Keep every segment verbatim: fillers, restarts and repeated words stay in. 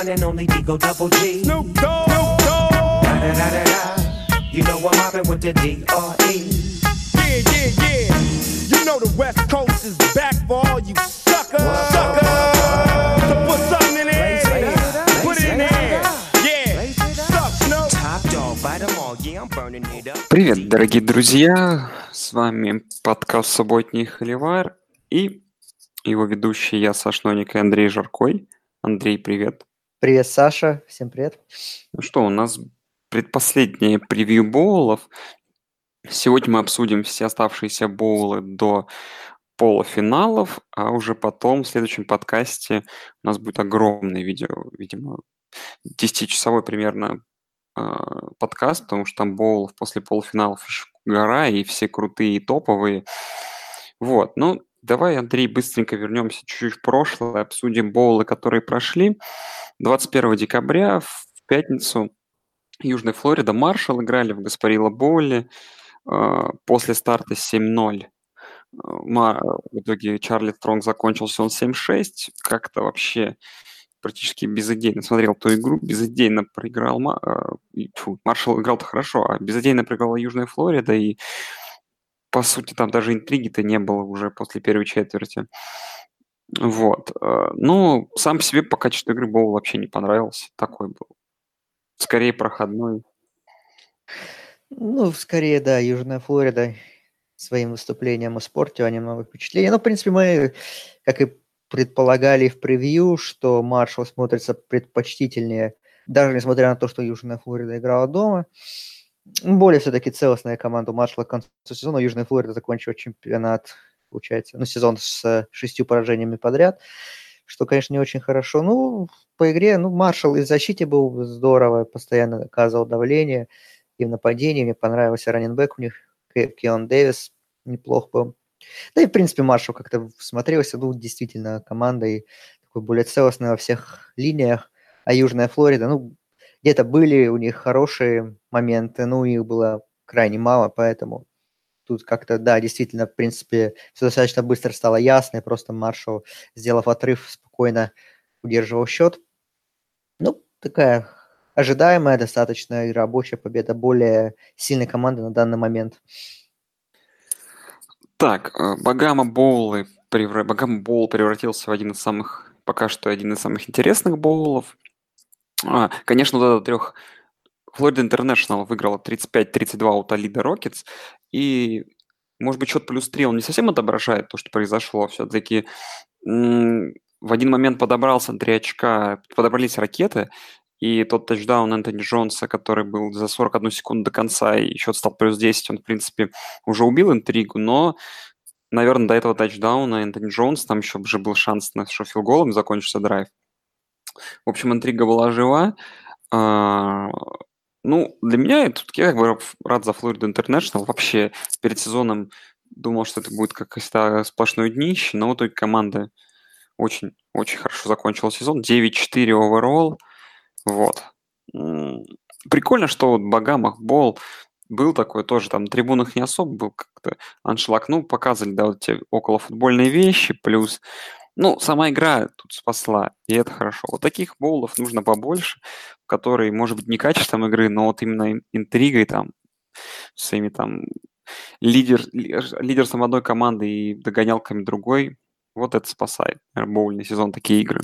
one and only Digo Double G. Snoop Dogg. Da da da da da. You know I'm mobbing with the D R E. Yeah, yeah, yeah. You know the West Coast is back for all you suckers. Whoa. Suckers. So put something in there. Put it in there. Yeah. Suck, Snoop. Top dog, bite them all. Yeah, I'm burning it up. Привет, дорогие друзья. С вами подкаст «Субботний холивар» и его ведущий я, Саш Ноник, и Андрей Жаркой. Андрей, привет. Привет, Саша. Всем привет. Ну что, у нас предпоследнее превью боулов. Сегодня мы обсудим все оставшиеся боулы до полуфиналов, а уже потом в следующем подкасте у нас будет огромное видео, видимо, десятичасовой примерно э, подкаст, потому что там боулов после полуфиналов еще гора, и все крутые и топовые. Вот, ну, давай, Андрей, быстренько вернемся чуть-чуть в прошлое, обсудим боулы, которые прошли. двадцать первого декабря в пятницу Южная Флорида, Маршалл играли в Гаспарило Боуле. После старта семь ноль. В итоге Чарли Стронг закончился он семь шесть. Как-то вообще практически безыдейно смотрел ту игру. Безыдейно проиграл... Фу, Маршалл играл-то хорошо, а безыдейно проиграла Южная Флорида. И, по сути, там даже интриги-то не было уже после первой четверти. Вот. Ну, сам по себе по качеству игры Боул вообще не понравился. Такой был. Скорее проходной. Ну, скорее, да, Южная Флорида своим выступлением испортила немного впечатления. Ну, в принципе, мы, как и предполагали в превью, что Маршалл смотрится предпочтительнее, даже несмотря на то, что Южная Флорида играла дома. Более все-таки целостная команда Маршалла к концу сезона. Южная Флорида закончила чемпионат, получается, ну, сезон с шестью поражениями подряд, что, конечно, не очень хорошо. Ну, по игре, ну, Маршалл и в защите был здорово, постоянно оказывал давление. И в нападении мне понравился раннинбэк у них, Кион Дэвис, неплох был. Да и, в принципе, Маршалл как-то смотрелся, ну, действительно, командой такой более целостной во всех линиях. А Южная Флорида, ну, где-то были у них хорошие моменты, ну, их было крайне мало, поэтому тут как-то, да, действительно, в принципе, все достаточно быстро стало ясно, и просто Маршалл, сделав отрыв, спокойно удерживал счет. Ну, такая... ожидаемая достаточно и рабочая победа более сильной команды на данный момент. Так, Багама Боул превра... Багама Боул превратился в один из самых, пока что один из самых интересных боулов. А, конечно, вот этот трех Флорида Интернешнл выиграла тридцать пять тридцать два у Толидо Рокетс, и, может быть, счет плюс три он не совсем отображает то, что произошло. Все-таки м- в один момент подобрался три очка, подобрались ракеты, и тот тачдаун Энтони Джонса, который был за сорок одну секунду до конца, и счет стал плюс десять, он, в принципе, уже убил интригу, но, наверное, до этого тачдауна Энтони Джонс, там еще уже был шанс на что филголом закончился драйв. В общем, интрига была жива. А, ну, для меня, я тут я как бы рад за Флориду Интернешнл. Вообще, перед сезоном думал, что это будет какое-то сплошное днище, но в итоге команда очень-очень хорошо закончила сезон. девять четыре оверолл. Вот. Прикольно, что вот Багамах Боул был такой тоже, там на трибунах не особо был как-то аншлаг, ну, показывали, да, вот те околофутбольные вещи, плюс, ну, сама игра тут спасла, и это хорошо. Вот таких боулов нужно побольше, которые, может быть, не качеством игры, но вот именно интригой там, своими там лидер, лидерством одной команды и догонялками другой, вот это спасает, наверное, боульный сезон, такие игры.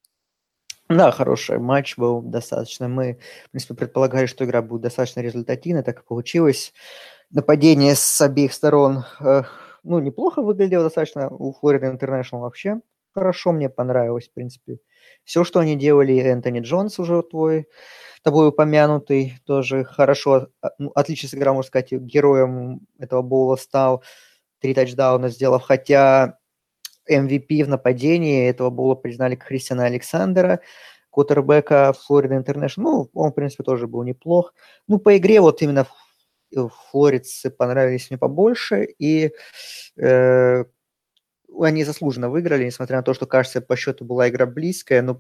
Да, хороший матч был достаточно. Мы, в принципе, предполагали, что игра будет достаточно результативной, так и получилось. Нападение с обеих сторон, э, ну, неплохо выглядело достаточно. У Флорида Интернешнл вообще хорошо, мне понравилось, в принципе. Все, что они делали, Энтони Джонс уже твой, тобой упомянутый, тоже хорошо, ну, отлично сыграл, можно сказать, героем этого боула стал, три тачдауна сделав, хотя... эм ви пи в нападении этого боула признали Кристиана Александера, квотербека Флорида Интернешнл. Ну, он, в принципе, тоже был неплох. Ну, по игре вот именно флоридцы понравились мне побольше, и э, они заслуженно выиграли, несмотря на то, что, кажется, по счету была игра близкая, но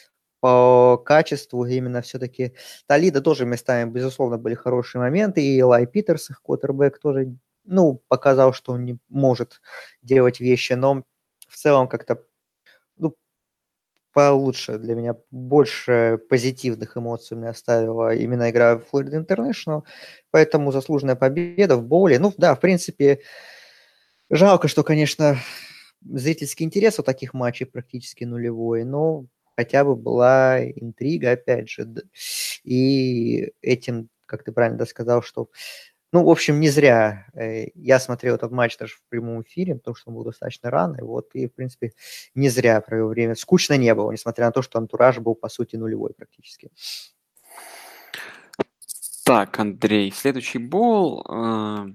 по качеству именно все-таки Толидо тоже местами, безусловно, были хорошие моменты, и Элай Питерс, их квотербек, тоже, ну, показал, что он не может делать вещи, но в целом как-то, ну, получше для меня, больше позитивных эмоций мне оставила именно игра в Florida International, поэтому заслуженная победа в боуле. Ну да, в принципе, жалко, что, конечно, зрительский интерес у таких матчей практически нулевой, но хотя бы была интрига, опять же. И этим, как ты правильно сказал, что... Ну, в общем, не зря э, я смотрел этот матч даже в прямом эфире, потому что он был достаточно рано, и вот, и, в принципе, не зря провел время. Скучно не было, несмотря на то, что антураж был, по сути, нулевой практически. Так, Андрей, следующий боул, э,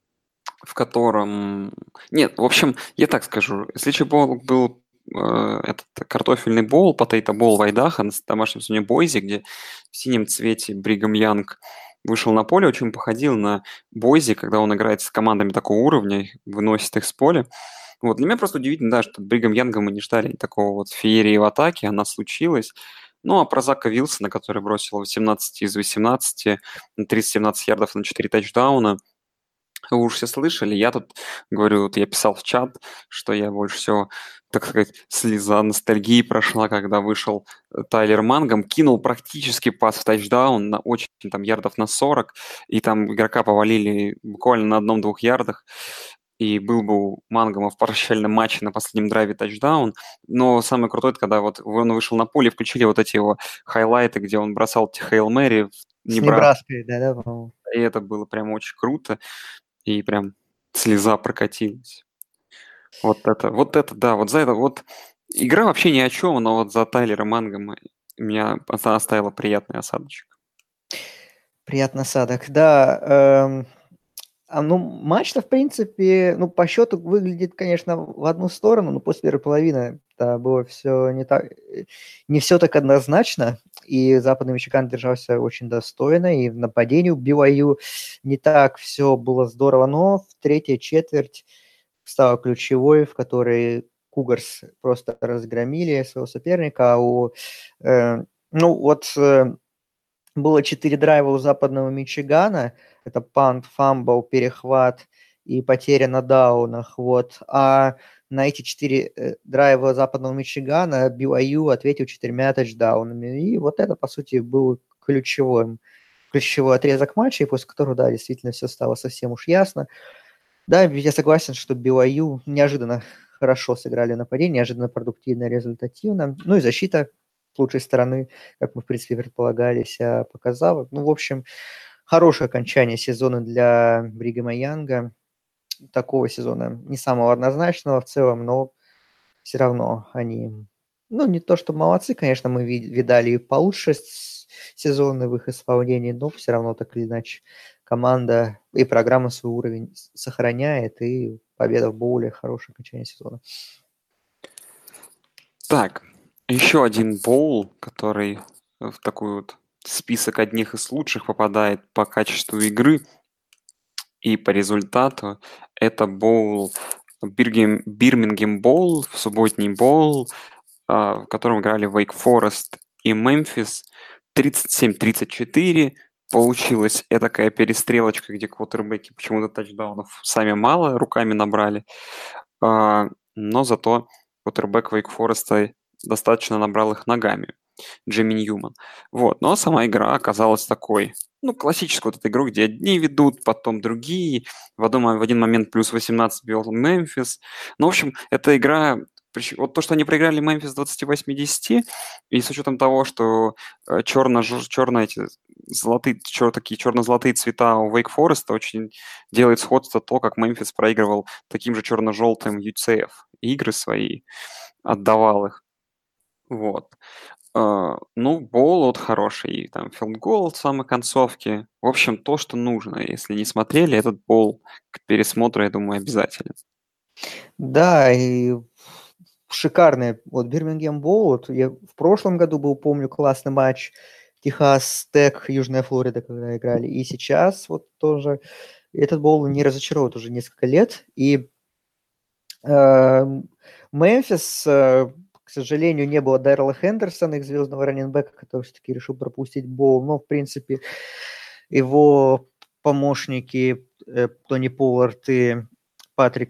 в котором... Нет, в общем, я так скажу. Следующий боул был э, этот картофельный боул, потейто боул в Айдахо на домашнем стадионе Бойзи, где в синем цвете Бригам Янг вышел на поле, очень походил на Бойзи, когда он играет с командами такого уровня, выносит их с поля. Вот. Для меня просто удивительно, да, что Бригам Янга мы не ждали такого вот феерии в атаке, она случилась. Ну, а про Зака Вилсона, который бросил восемнадцать из восемнадцати, на триста семнадцать ярдов на четыре тачдауна, вы уж все слышали, я тут говорю, вот я писал в чат, что я больше всего, так сказать, слеза ностальгии прошла, когда вышел э, Тайлер Мангом, кинул практически пас в тачдаун на очень там ярдов на сорок, и там игрока повалили буквально на одном-двух ярдах, и был бы у Мангома в прощальном матче на последнем драйве тачдаун, но самое крутое, это когда вот он вышел на поле, включили вот эти его хайлайты, где он бросал эти Хейл Мэри, С Небраска, Небраской, да-да, по-моему. и это было прям очень круто. И прям слеза прокатилась. Вот это, вот это, да, вот за это, вот игра вообще ни о чем, но вот за Тайлера Мангома меня оста- оставила приятный осадочек. Приятный осадок, да. эм, А, ну, матч-то, в принципе, ну, по счету выглядит, конечно, в одну сторону, но после первой половины да, было все не так, э, не все так однозначно, и Западный Мичиган держался очень достойно, и в нападении у би вай ю не так все было здорово, но в третьей четверть стала ключевой, в которой Кугарс просто разгромили своего соперника, а у, э, ну, вот э, было четыре драйва у Западного Мичигана. Это пант, фамбл, перехват и потеря на даунах. Вот. А на эти четыре э, драйва Западного Мичигана би вай ю ответил четырьмя тачдаунами. И вот это, по сути, был ключевым, ключевой отрезок матча, и после которого, да, действительно все стало совсем уж ясно. Да, я согласен, что би вай ю неожиданно хорошо сыграли в нападении, неожиданно продуктивно, результативно. Ну и защита с лучшей стороны, как мы, в принципе, предполагали, себя показала. Ну, в общем, хорошее окончание сезона для Бригама Янга. Такого сезона не самого однозначного в целом, но все равно они, ну, не то что молодцы, конечно, мы видали и получше сезоны в их исполнении, но все равно так или иначе команда и программа свой уровень сохраняет, и победа в боуле, хорошее окончание сезона. Так, еще один боул, который в такой вот список одних из лучших попадает по качеству игры и по результату. Это боул Биргем, Бирмингем Боул, субботний боул, а, в котором играли Wake Forest и Мемфис. тридцать семь тридцать четыре. Получилась такая перестрелочка, где квотербеки почему-то тачдаунов сами мало руками набрали. А, но зато квотербек Wake Forest достаточно набрал их ногами. Джимми Ньюман. Вот. Но сама игра оказалась такой, ну, классическую вот эту игру, где одни ведут, потом другие. В, одном, в один момент плюс восемнадцать вел Мемфис. Ну, в общем, эта игра... Вот то, что они проиграли Мемфис двадцать восемь десять, и с учетом того, что э, черно, черно эти золотые, чер, такие черно-золотые цвета у Wake Forest очень делает сходство то, как Мемфис проигрывал таким же черно-желтым ю си эф игры свои, отдавал их. Вот. Uh, ну, боул вот хороший, там, филдгол в самой концовке. В общем, то, что нужно. Если не смотрели, этот боул к пересмотру, я думаю, обязательно. Да, и шикарный вот Бирмингем Боул. Вот я в прошлом году был, помню, классный матч Техас Тек, Южная Флорида, когда играли. И сейчас вот тоже этот боул не разочаровывает уже несколько лет. И э, Мемфис, э, к сожалению, не было Дайрела Хендерсона, их звездного раннинбека, который все-таки решил пропустить боул. Но, в принципе, его помощники э, Тони Поллард и Патрик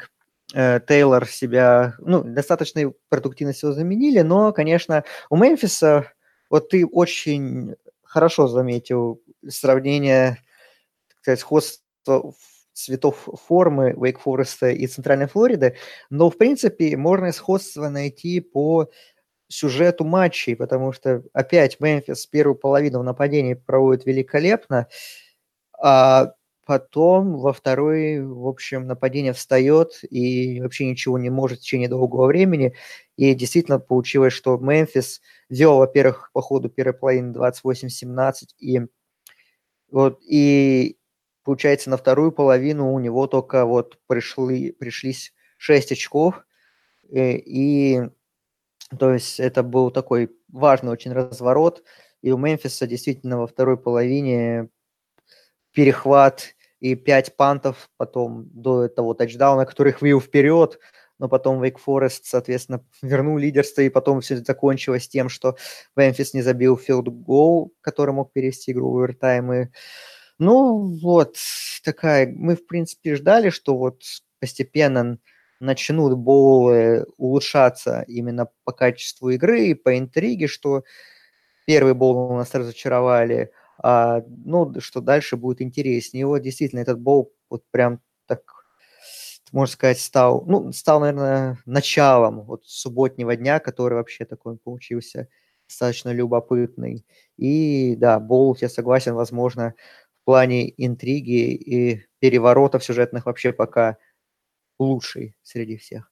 э, Тейлор себя, ну, достаточно продуктивно всего заменили, но, конечно, у Мемфиса, вот ты очень хорошо заметил сравнение, так сказать, сходство цветов формы Вейк Фореста и Центральной Флориды, но, в принципе, можно сходство найти по сюжету матчей, потому что опять Мемфис первую половину в нападении проводит великолепно, а потом во второй, в общем, нападение встает и вообще ничего не может в течение долгого времени. И действительно получилось, что Мемфис вел, во-первых, по ходу первой половины двадцать восемь семнадцать, и вот и получается на вторую половину у него только вот пришли, пришлись шесть очков, и, и то есть это был такой важный очень разворот, и у Мемфиса действительно во второй половине перехват и пять пантов потом до того тачдауна, который их вывел вперед, но потом Wake Forest, соответственно, вернул лидерство, и потом все закончилось тем, что Мемфис не забил филд-гол, который мог перевести игру в овертайм. И, ну, вот, такая... Мы, в принципе, ждали, что вот постепенно начнут боулы улучшаться именно по качеству игры и по интриге, что первый боул у нас разочаровали, а, ну, что дальше будет интереснее. И вот действительно этот боул вот прям так, можно сказать, стал, ну, стал, наверное, началом вот субботнего дня, который вообще такой получился достаточно любопытный. И да, боул, я согласен, возможно, в плане интриги и переворотов сюжетных вообще пока лучший среди всех.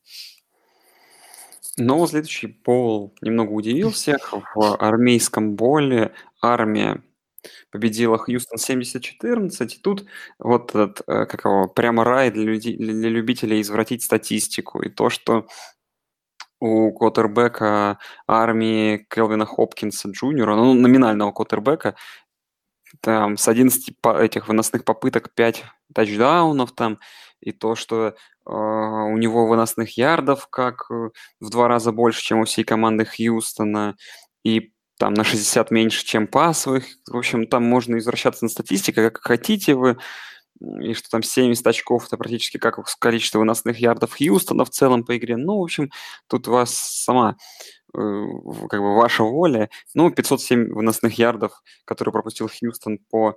Но следующий боул немного удивил всех. В армейском боуле армия победила Хьюстон семьдесят четырнадцать. И тут вот этот, э, как его, прямо рай для, людей, для любителей извратить статистику. И то, что у квотербека армии Келвина Хопкинса джуниора, ну, номинального квотербека, там с одиннадцати по- этих выносных попыток пять тачдаунов там, и то, что э, у него выносных ярдов как э, в два раза больше, чем у всей команды Хьюстона, и там на шестьдесят меньше, чем пасовых. В общем, там можно извращаться на статистике, как хотите вы, и что там семьдесят очков, это практически как количество выносных ярдов Хьюстона в целом по игре. Ну, в общем, тут у вас сама э, в- как бы ваша воля. Ну, пятьсот семь выносных ярдов, которые пропустил Хьюстон по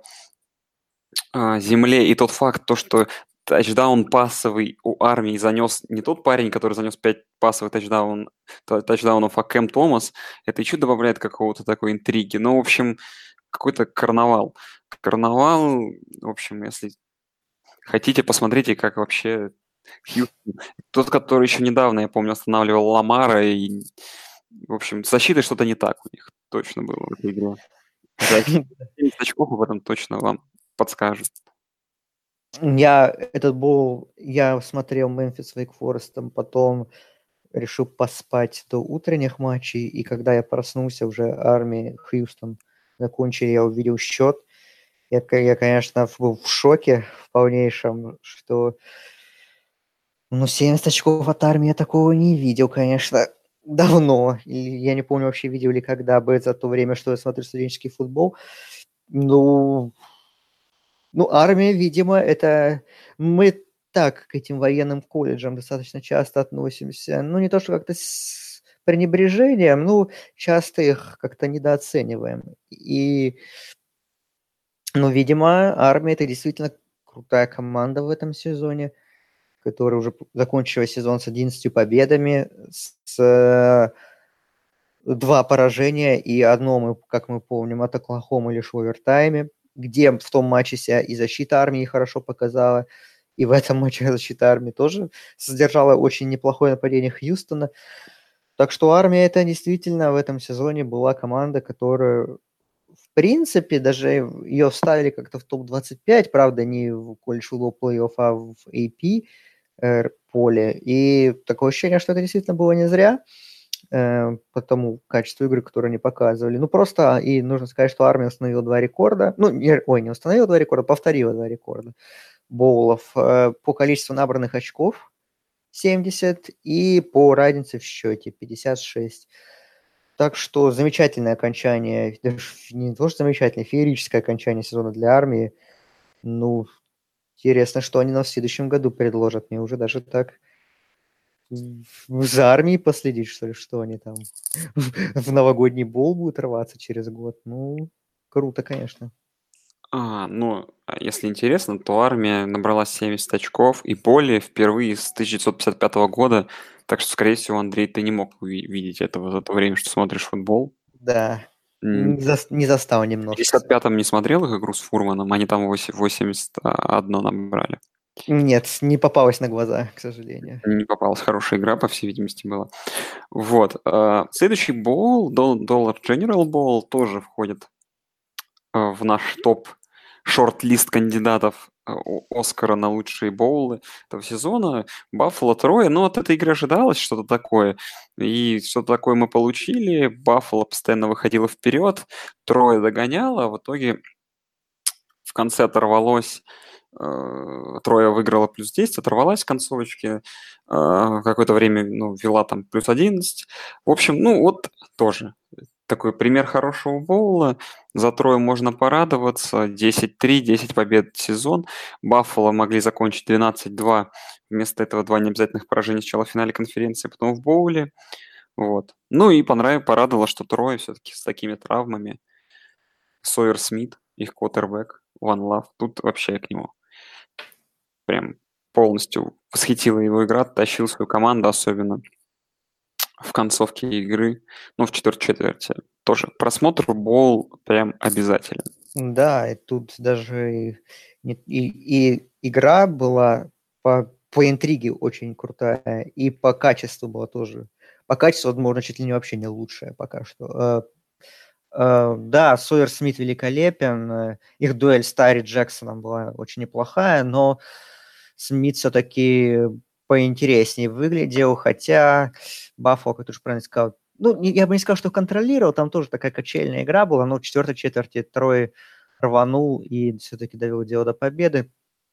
а, земле, и тот факт, то, что тачдаун пасовый у армии занес не тот парень, который занес пять пасовых тачдаун, та- тачдаунов, а Кэм Томас, это еще добавляет какого-то такой интриги. Ну, в общем, какой-то карнавал. Карнавал, в общем, если хотите, посмотрите, как вообще Хьюстон. Тот, который еще недавно, я помню, останавливал Ламара, и, в общем, с защитой что-то не так у них точно было в этой игре. За семьдесят очков об этом точно вам подскажут. Я этот был, я смотрел Мемфис с Вейк Форестом, потом решил поспать до утренних матчей, и когда я проснулся, уже армия Хьюстон закончили, я увидел счет. Я, ко- я, конечно, был в шоке в полнейшем, что ну, семьдесят очков от армии я такого не видел, конечно, давно. И я не помню вообще, видел ли когда бы за то время, что я смотрю студенческий футбол. Ну, ну, армия, видимо, это мы так к этим военным колледжам достаточно часто относимся. Ну, не то, что как-то с пренебрежением, ну, часто их как-то недооцениваем. И, ну, видимо, армия – это действительно крутая команда в этом сезоне, которая уже п- закончила сезон с одиннадцатью победами, с э, два поражения, и одно, мы, как мы помним, от Оклахомы лишь в овертайме, где в том матче себя и защита армии хорошо показала, и в этом матче защита армии тоже содержала очень неплохое нападение Хьюстона. Так что армия это действительно в этом сезоне была команда, которая, в принципе, даже ее вставили как-то в топ двадцать пять, правда, не в колледж футбол плей-офф, а в эй пи э, поле. И такое ощущение, что это действительно было не зря э, по тому качеству игры, которую они показывали. Ну, просто, и нужно сказать, что армия установила два рекорда. Ну, не, ой, не установила два рекорда, повторила два рекорда боулов э, по количеству набранных очков семьдесят и по разнице в счете пятьдесят шесть. Так что замечательное окончание, даже не то, что замечательное, феерическое окончание сезона для армии. Ну, интересно, что они нам в следующем году предложат. Мне уже даже так в- за армией последить, что ли, что они там в, в новогодний бол будут рваться через год. Ну, круто, конечно. А, ну, а если интересно, то армия набрала семьдесят очков и более впервые с тысяча девятьсот пятьдесят пятого года. Так что, скорее всего, Андрей, ты не мог уви- видеть этого за то время, что смотришь футбол. Да, М, не, зас- не застал В немножко. пятьдесят пятом не смотрел их игру с Фурманом, они там восемь- восемьдесят одно набрали. Нет, не попалось на глаза, к сожалению. Не попалась хорошая игра, по всей видимости, была. Вот. а, Следующий боул, Дол- Dollar General Bowl, тоже входит а, в наш топ шорт-лист кандидатов а, О- Оскара на лучшие боулы этого сезона. Баффало Трое, ну, от этой игры ожидалось что-то такое. И что-то такое мы получили. Баффало постоянно выходило вперед, Трое догоняло, а в итоге в конце оторвалось. э, Трое выиграла плюс десять, оторвалась в концовочке. э, Какое-то время ну, вела там плюс одиннадцать. В общем, ну вот тоже такой пример хорошего боула. За Трое можно порадоваться. десять три, десять побед в сезон. Баффало могли закончить двенадцать два. Вместо этого два необязательных поражения сначала в финале конференции, потом в боуле. Вот. Ну и понравилось, порадовало, что Трое все-таки с такими травмами. Сойер Смит, их квотербек, One Love. Тут вообще к нему прям полностью восхитила его игра, тащил свою команду, особенно в концовке игры, ну, в четвертой четверти. Тоже просмотр бол прям обязателен. Да, и тут даже и, не- и- и игра была по, по интриге очень крутая, и по качеству была тоже. По качеству, возможно, чуть ли не вообще не лучшая пока что. Э, э, Да, Сойер Смит великолепен, э, их дуэль с Тайри Джексоном была очень неплохая, но Смит все-таки поинтереснее выглядел, хотя Баффало, как ты уж правильно сказал, ну, не- я бы не сказал, что контролировал, там тоже такая качельная игра была, но в четвертой четверти Трой рванул и все-таки довел дело до победы.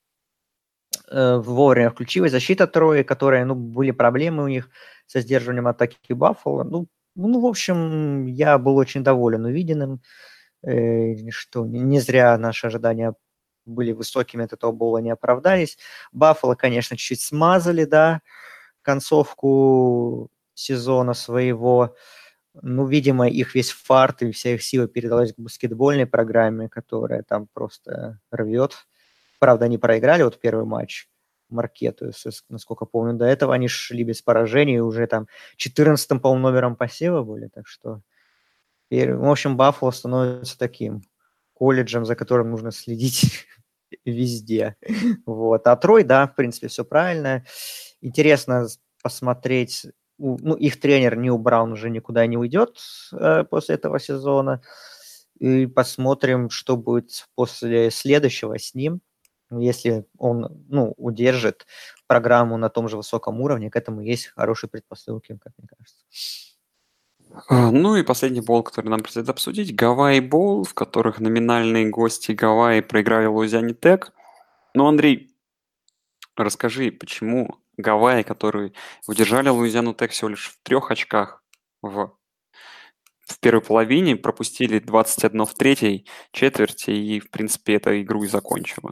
Э, вовремя включилась защита Трои, которая, ну, были проблемы у них со сдерживанием атаки Баффало. Ну, ну, в общем, я был очень доволен увиденным, э, что не не зря наши ожидания были высокими, от этого бола не оправдались. Баффало, конечно, чуть-чуть смазали, да, концовку сезона своего. Ну, видимо, их весь фарт и вся их сила передалась к баскетбольной программе, которая там просто рвет. Правда, они проиграли вот первый матч Маркету, с- насколько помню. До этого они шли без поражений, уже там четырнадцатым, по-моему, номером посева были, так что... пер- В общем, Баффало становится таким колледжем, за которым нужно следить везде. Вот. А Трой, да, в принципе, все правильно. Интересно с- посмотреть. у- Ну, их тренер Нил Браун уже никуда не уйдет э, после этого сезона. И посмотрим, что будет после следующего с ним. Ну, если он, ну, удержит программу на том же высоком уровне, к этому есть хорошие предпосылки, как мне кажется. А, Ну и последний бол, который нам предстоит обсудить. Гавайи Боул, в которых номинальные гости Гавайи проиграли Луизиане Тек. Ну, Андрей, расскажи, почему Гавайи, которые удержали Луизиану Тек всего лишь в трех очках в в первой половине, пропустили двадцать один в третьей четверти, и, в принципе, эта игру и закончила.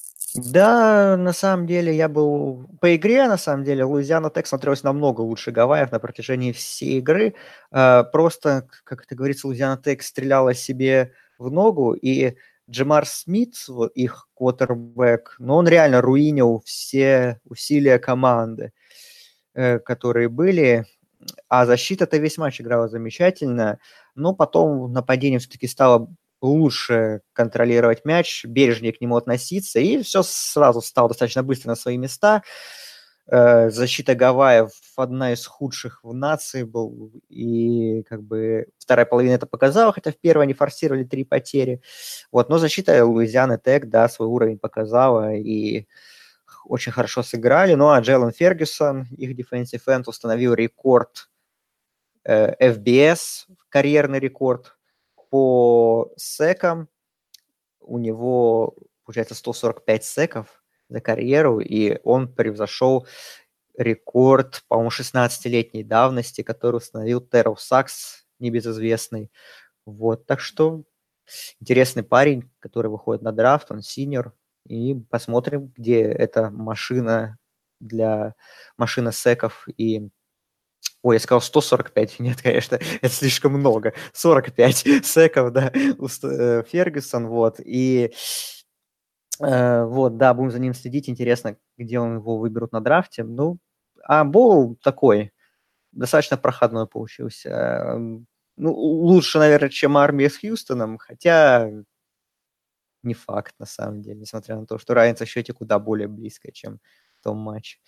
Да, на самом деле я был... По игре, на самом деле, Луизиана Тек смотрелась намного лучше Гавайев на протяжении всей игры. Э, Просто, как это говорится, Луизиана Тек стреляла себе в ногу, и Джемар Смит, вот их квотербек, ну, он реально руинил все усилия команды, э, которые были. А защита-то весь матч играла замечательно, но потом нападение все-таки стало лучше контролировать мяч, бережнее к нему относиться, и все сразу стало достаточно быстро на свои места. Э, Защита Гавайев одна из худших в нации был, и как бы вторая половина это показала, хотя в первой они форсировали три потери. Вот, но защита Луизианы Тек, да, свой уровень показала, и очень хорошо сыграли. Ну а Джейлен Фергюсон, их defensive end, установил рекорд э, эф би эс, карьерный рекорд по секам. У него, получается, сто сорок пять секов за карьеру, и он превзошел рекорд, по-моему, шестнадцатилетней давности, который установил Террell Сакс, небезызвестный. Вот, так что интересный парень, который выходит на драфт, он синьор, и посмотрим, где эта машина для машины секов и... Ой, я сказал сто сорок пять. Нет, конечно, это слишком много. сорок пять секов, да, у Фергюсон, вот. И э, вот, да, будем за ним следить. Интересно, где он его выберут на драфте. Ну, а Боул такой, достаточно проходной получился. Ну, лучше, наверное, чем армия с Хьюстоном, хотя не факт, на самом деле, несмотря на то, что разница в счете куда более близкая, чем в том матче.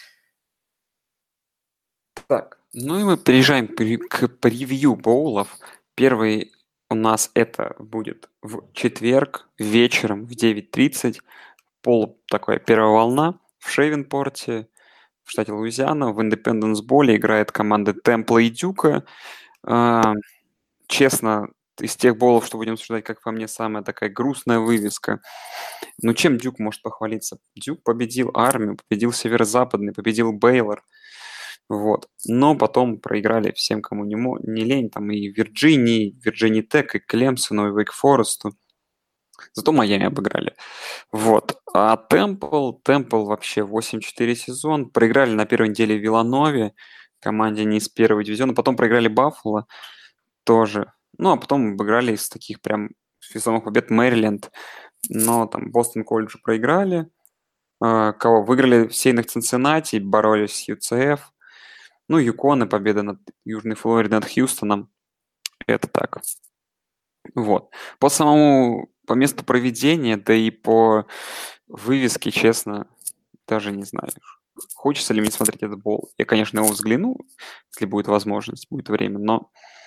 Так, ну и мы переезжаем к превью боулов. Первый у нас это будет в четверг вечером в девять тридцать. Пол такая первая волна в Шейвенпорте, в штате Луизиана. В Индепенденс Боле играет команда Темпла и Дюка. А, честно, из тех боулов, что будем обсуждать, как по мне, самая такая грустная вывеска. Ну, чем Дюк может похвалиться? Дюк победил армию, победил Северо-Западный, победил Бейлор. Вот. Но потом проиграли всем, кому не, мо- не лень. Там и Вирджинии, и Вирджини Тек, и Клемсону, и Вейк Форесту. Зато Майами обыграли. Вот. А Темпл, Темпл вообще восемь четыре сезон. Проиграли на первой неделе Вилланове, команде не из первого дивизиона. Потом проиграли Баффало тоже. Ну, а потом обыграли из таких прям весомых побед Мэриленд. Но там Бостон колледж проиграли. А, кого? Выиграли в сейных Цинциннати, боролись с ю си эф. Ну, Юкон и победа над Южной Флоридой, над Хьюстоном. Это так. Вот. По самому, по месту проведения, да и по вывеске, честно, даже не знаю. Хочется ли мне смотреть этот бол? Я, конечно, его взгляну, если будет возможность, будет время, но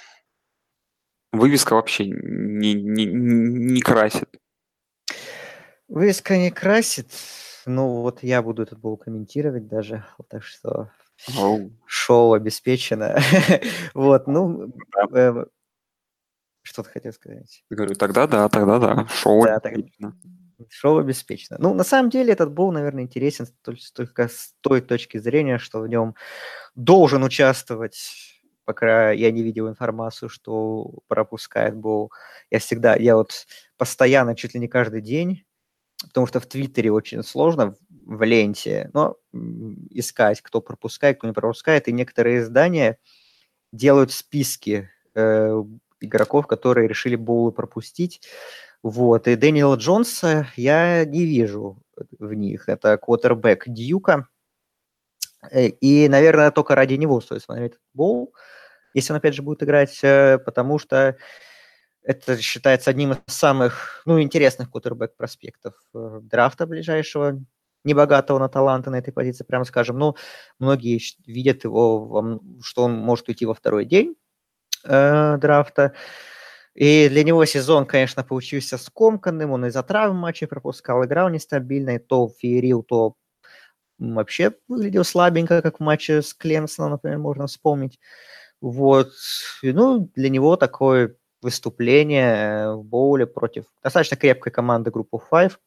вывеска вообще не, не, не красит. Вывеска не красит. Ну, вот я буду этот бол комментировать даже, так что Оу. шоу обеспечено. Вот, ну, Да. э, что ты хотел сказать? Говорю, тогда да, тогда да, шоу Да, так, обеспечено. шоу обеспечено. Ну, на самом деле, этот бол, наверное, интересен толь- только с той точки зрения, что в нем должен участвовать, пока я не видел информацию, что пропускает бол. Я всегда, я вот постоянно, чуть ли не каждый день, потому что в Твиттере очень сложно, в, в ленте, но м, искать, кто пропускает, кто не пропускает, и некоторые издания делают списки э, игроков, которые решили боулы пропустить. Вот. И Дэниела Джонса я не вижу в них. Это квотербек Дьюка. Э, И, наверное, только ради него стоит смотреть этот боул, если он, опять же, будет играть, э, потому что это считается одним из самых, ну, интересных квотербек-проспектов э, драфта ближайшего, небогатого на таланты на этой позиции, прямо скажем. Но многие щ- видят его, во м- что он может уйти во второй день э, драфта. И для него сезон, конечно, получился скомканным. Он из-за травм матчей пропускал, играл нестабильно, и то феерил, то м, вообще выглядел слабенько, как в матче с Клемсоном, например, можно вспомнить. Вот. И, ну, для него такое выступление э, в боуле против достаточно крепкой команды группы пять,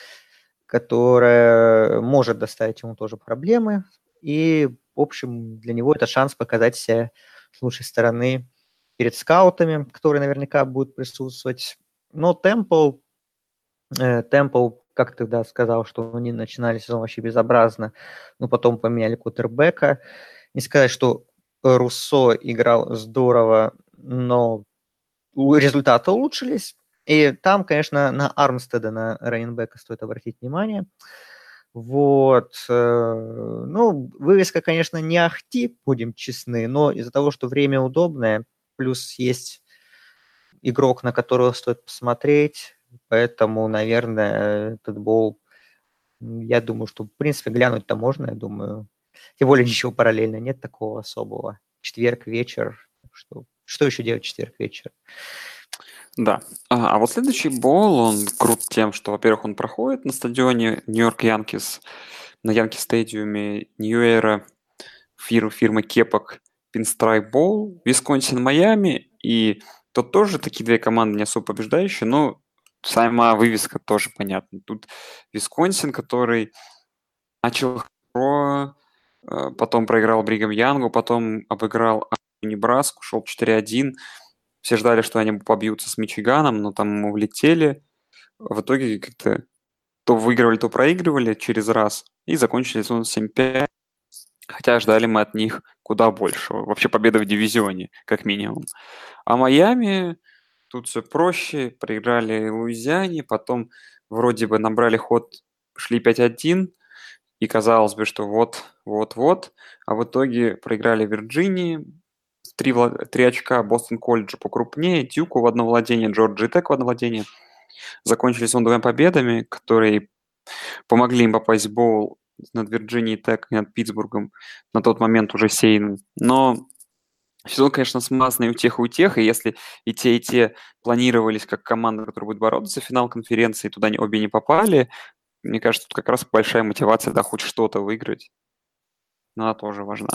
которая может доставить ему тоже проблемы. И, в общем, для него это шанс показать себя с лучшей стороны перед скаутами, которые наверняка будут присутствовать. Но Темпл, э, Темпл, как тогда сказал, что они начинали сезон вообще безобразно, но потом поменяли квотербека. Не сказать, что Руссо играл здорово, но у- результаты улучшились. И там, конечно, на Армстеда, на раненбека стоит обратить внимание. Вот. э, Ну, вывеска, конечно, не ахти, будем честны, но из-за того, что время удобное, плюс есть игрок, на которого стоит посмотреть, поэтому, наверное, этот бол, м, я думаю, что, в принципе, глянуть-то можно, я думаю. Тем более ничего параллельно нет такого особого. Четверг вечер. Что, что еще делать в четверг вечер? Да. А, а вот следующий бол, он крут тем, что, во-первых, он проходит на стадионе Нью-Йорк Янкис, на Янки стадиуме Нью-Эра фир, фирмы кепок Pinstripe Bowl, Висконсин, Майами, и тут тоже такие две команды не особо побеждающие, но сама вывеска тоже понятна. Тут Висконсин, который начал хорошо, э, потом проиграл Бригам Янгу, потом обыграл Небраску, шел четыре один. Все ждали, что они побьются с Мичиганом, но там мы улетели. В итоге как-то то выигрывали, то проигрывали через раз. И закончили сезон семь пять. Хотя ждали мы от них куда большего. Вообще победы в дивизионе, как минимум. А Майами тут все проще. Проиграли Луизиане, потом вроде бы набрали ход, шли пять один, и казалось бы, что вот, вот, вот. А в итоге проиграли Вирджинии, три, вла- три очка Бостон колледжу покрупнее, Дюку в одно владение, Джорджи Тек в одно владение. Закончились он двумя победами, которые помогли им попасть в боул над Вирджинией Тек и над Питтсбургом, на тот момент уже сеянным. Но сезон, конечно, смазанный у тех и у тех, и если и те, и те планировались как команда, которая будет бороться за финал конференции, туда они обе не попали, мне кажется, тут как раз большая мотивация, да, хоть что-то выиграть, но она тоже важна.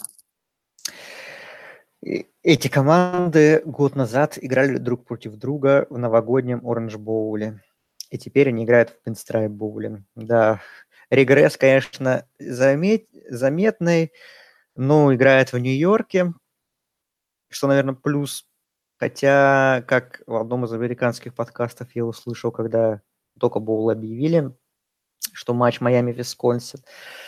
И эти команды год назад играли друг против друга в новогоднем Оранж Боуле. И теперь они играют в Пинстрайп Боуле. Да, регресс, конечно, замет... заметный, но играет в Нью-Йорке, что, наверное, плюс. Хотя, как в одном из американских подкастов я услышал, когда только боул объявили, что матч Майами-Висконсин,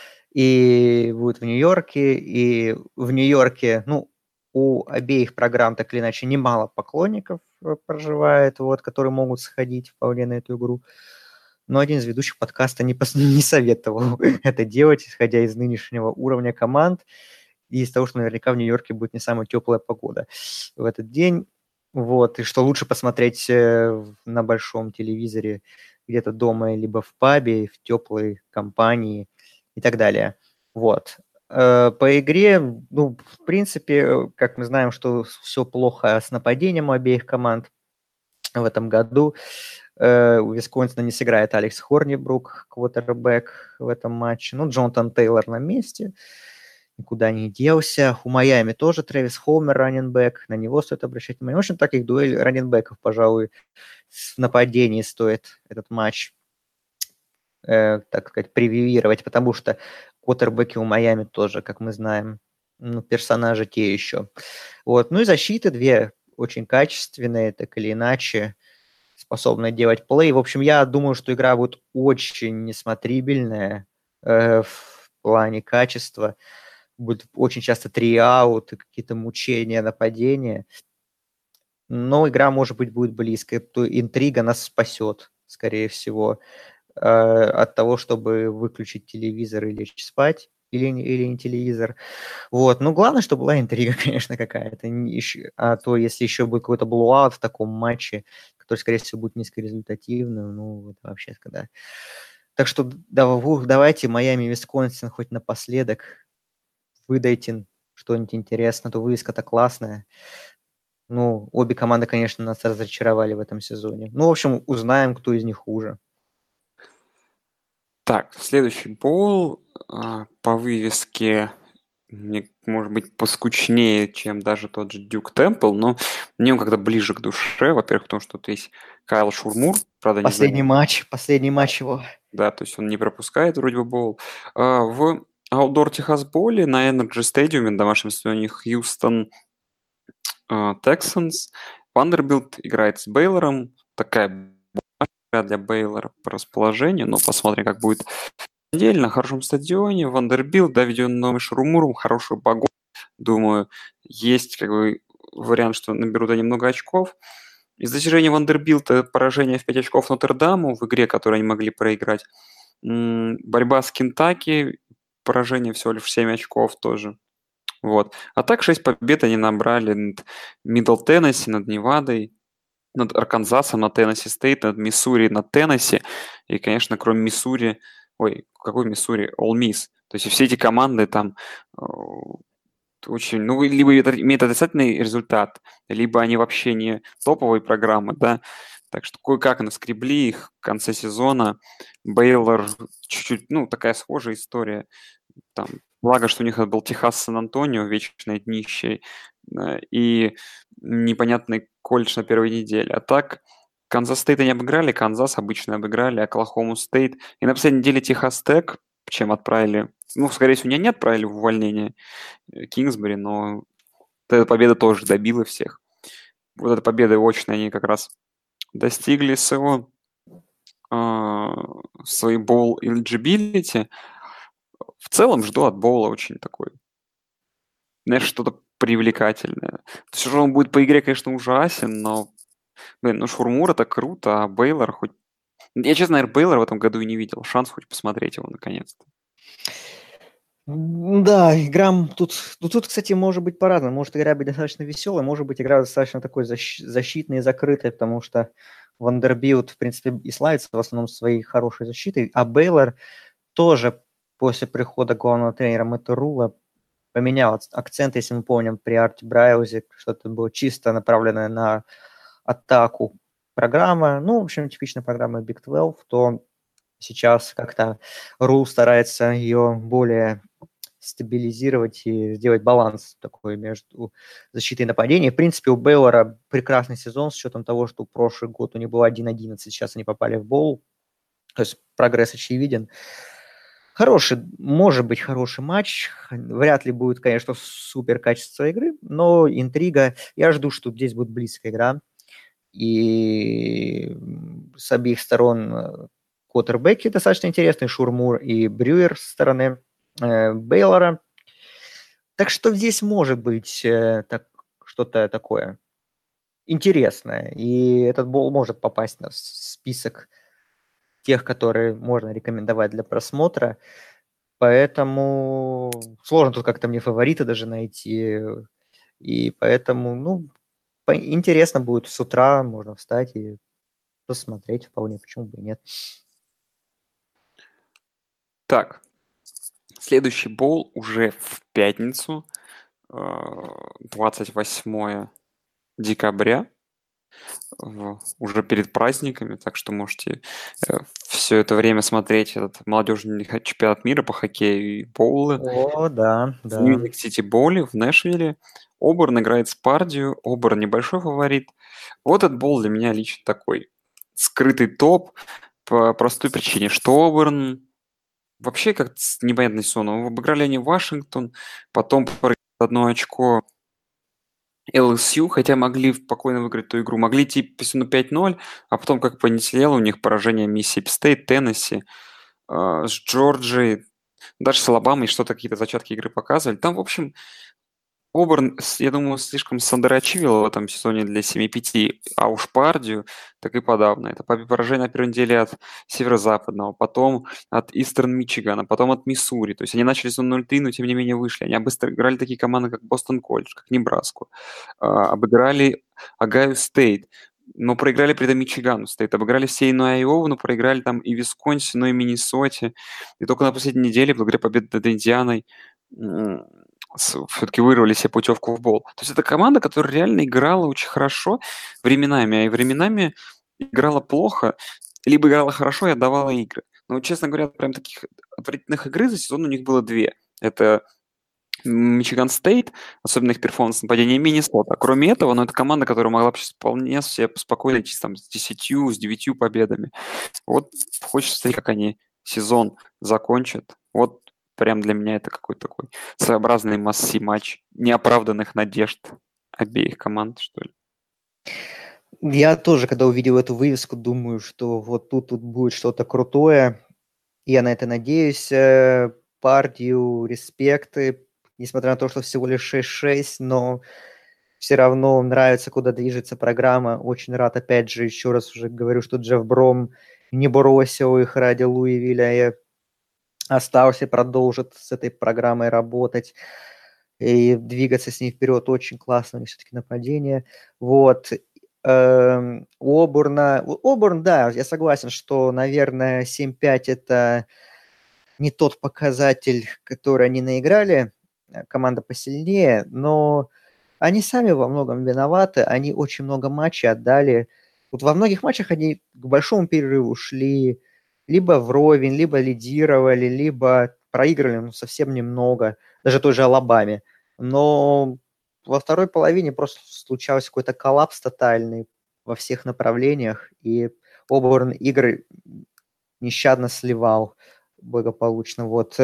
и будет в Нью-Йорке, и в Нью-Йорке, ну, у обеих программ так или иначе немало поклонников проживает, вот, которые могут сходить вполне на эту игру. Но один из ведущих подкаста не, пос... не советовал это делать, исходя из нынешнего уровня команд и из того, что наверняка в Нью-Йорке будет не самая теплая погода в этот день. Вот, и что лучше посмотреть на большом телевизоре где-то дома, либо в пабе, в теплой компании и так далее. Вот. По игре, ну, в принципе, как мы знаем, что все плохо с нападением у обеих команд в этом году. У Висконсина не сыграет Алекс Хорнибрук, квотербэк в этом матче. Ну, Джонатан Тейлор на месте, никуда не делся. У Майами тоже Трэвис Холмер, раннинбэк, на него стоит обращать внимание. В общем, так их дуэль раннинбэков, пожалуй, в нападении стоит этот матч, э, так сказать, превьюировать, потому что квотербеки у Майами тоже, как мы знаем, ну, персонажи те еще. Вот. Ну и защиты две очень качественные, так или иначе, способные делать плей. В общем, я думаю, что игра будет очень несмотрибельная э, в плане качества. Будет очень часто три-ауты, какие-то мучения, нападения. Но игра, может быть, будет близкой. То интрига нас спасет, скорее всего, э, от того, чтобы выключить телевизор и лечь спать. Или, или не телевизор. Вот. Ну, главное, чтобы была интрига, конечно, какая-то. А то, если еще будет какой-то блуаут в таком матче, который, скорее всего, будет низкорезультативным, ну, это вообще когда... Так что давайте Майами-Висконсин хоть напоследок выдайте что-нибудь интересное, то вывеска-то классная. Ну, обе команды, конечно, нас разочаровали в этом сезоне. Ну, в общем, узнаем, кто из них хуже. Так, следующий боул а, по вывеске, мне, может быть, поскучнее, чем даже тот же Дюк Темпл, но мне он как-то ближе к душе. Во-первых, потому что тут есть Кайл Шурмур, правда, не знаю. Последний матч, последний матч его. Да, то есть он не пропускает вроде бы боул. А, в Outdoor Техас Боуле на Energy Stadium, на домашнем стадионе Хьюстон Texans, Вандербилт играет с Бейлором. Такая игра для Бейлора по расположению, но посмотрим, как будет неделя на хорошем стадионе. Вандербилт, да, веден новым Шурмуром, хорошую погоду. Думаю, есть как бы вариант, что наберут они много очков. Из достижения Вандербилта поражение в пять очков Нотр-Даму в игре, которую они могли проиграть. М, борьба с Кентаки, поражение всего лишь семь очков тоже. Вот. А так шесть побед они набрали над Мидл Теннесси, над Невадой, над Арканзасом, над Теннесси Стейт, над Миссури, над Теннесси. И, конечно, кроме Миссури, ой, какой Миссури? Ол Мисс. То есть все эти команды там э, очень, ну, либо это имеет отрицательный результат, либо они вообще не топовые программы, да. Так что кое-как наскребли их в конце сезона. Бейлор чуть-чуть, ну, такая схожая история. Там, благо, что у них был Техас Сан-Антонио, вечное днище, э, и непонятный колледж на первой неделе. А так, Канзас Стейт они обыграли, Канзас обычно обыграли, Оклахому Стейт. И на последней неделе Техас Тек, чем отправили, ну, скорее всего, не они отправили в увольнение Кингсбери, но вот эта победа тоже добила всех. Вот эта победа очная они как раз достигли своего э, своей боул eligibility. В целом жду от боула очень такой знаешь, что-то привлекательное. Все же он будет по игре, конечно, ужасен, но, блин, ну Шурмур это круто, а Бейлор хоть... Я, честно, наверное, Бейлор в этом году и не видел. Шанс хоть посмотреть его наконец-то. Да, игра тут, ну тут, кстати, может быть по-разному. Может игра быть достаточно веселая, может быть игра достаточно такой защ- защитной и закрытой, потому что Вандербилт, в принципе, и славится в основном своей хорошей защитой, а Бейлор тоже после прихода главного тренера Мэтта Рула поменял акцент, если мы помним, при Арти Браузе, что-то было чисто направленное на атаку программа, ну, в общем, типичная программа Big двенадцать, то сейчас как-то Рул старается ее более стабилизировать и сделать баланс такой между защитой и нападением. В принципе, у Бейлора прекрасный сезон с учетом того, что прошлый год у них был один одиннадцать, сейчас они попали в боул. То есть прогресс очевиден. Хороший, может быть, хороший матч. Вряд ли будет, конечно, супер качество игры, но интрига. Я жду, что здесь будет близкая игра. И с обеих сторон квотербеки достаточно интересные, Шурмур и Брюер со стороны э, Бейлора. Так что здесь может быть э, так, что-то такое интересное. И этот бол может попасть на список тех, которые можно рекомендовать для просмотра. Поэтому сложно тут как-то мне фаворита даже найти. И поэтому, ну, интересно будет с утра, можно встать и посмотреть вполне, почему бы и нет. Так, следующий боул уже в пятницу, двадцать восьмое декабря, уже перед праздниками, так что можете все это время смотреть этот молодежный чемпионат мира по хоккею и боулы. О, да, В да. Нью-Йорк-Сити боуле в Нэшвилле. Оберн играет с Пардию. Оберн небольшой фаворит. Вот этот боул для меня лично такой скрытый топ по простой причине, что Оберн вообще как-то непонятный сон. Обыграли они Вашингтон, потом проиграли одно очко эл эс ю, хотя могли спокойно выиграть ту игру. Могли идти на пять ноль, а потом как понеслело у них поражение Миссисипи Стейт, Теннесси, э, с Джорджией, даже с Алабамой что-то, какие-то зачатки игры показывали. Там, в общем, Оберн, я думаю, слишком сандрачивил в этом сезоне для семи пяти, а уж Пардию так и подавно. Это поражение на первой неделе от Северо-Западного, потом от Истерн Мичигана, потом от Миссури. То есть они начали с ноль три, но тем не менее вышли. Они быстро играли такие команды, как Бостон Колледж, как Небраску. А, обыграли Огайо Стейт, но проиграли при этом Мичигану Стейт. Обыграли все иное Айову, но проиграли там и Висконсину, и Миннесоте. И только на последней неделе, благодаря победе над Индианой, все-таки вырвали себе путевку в бол. То есть это команда, которая реально играла очень хорошо временами, а и временами играла плохо, либо играла хорошо и отдавала игры. Но, честно говоря, прям таких отвратительных игр за сезон у них было две. Это Мичиган Стейт, особенно их перформанс нападения, Миннесота. Кроме этого, ну, это команда, которая могла бы сейчас вполне себе спокойно идти там, с десятью, с девятью победами. Вот хочется смотреть, как они сезон закончат. Вот прям для меня это какой-то такой своеобразный масси матч неоправданных надежд обеих команд, что ли. Я тоже, когда увидел эту вывеску, думаю, что вот тут, тут будет что-то крутое. Я на это надеюсь. Партию, респекты, несмотря на то, что всего лишь шесть шесть, но все равно нравится, куда движется программа. Очень рад, опять же, еще раз уже говорю, что Джефф Бром не бросил их ради Луивилля и остался, продолжит с этой программой работать и двигаться с ней вперед. Очень классно, у них все-таки нападение. Вот. Эм, у Оберна... Оберн, да, я согласен, что, наверное, семь пять это не тот показатель, который они наиграли. Команда посильнее, но они сами во многом виноваты. Они очень много матчей отдали. Вот во многих матчах они к большому перерыву шли либо вровень, либо лидировали, либо проигрывали, ну, совсем немного. Даже той же Алабаме. Но во второй половине просто случался какой-то коллапс тотальный во всех направлениях, и Оберн игры нещадно сливал благополучно. Вот.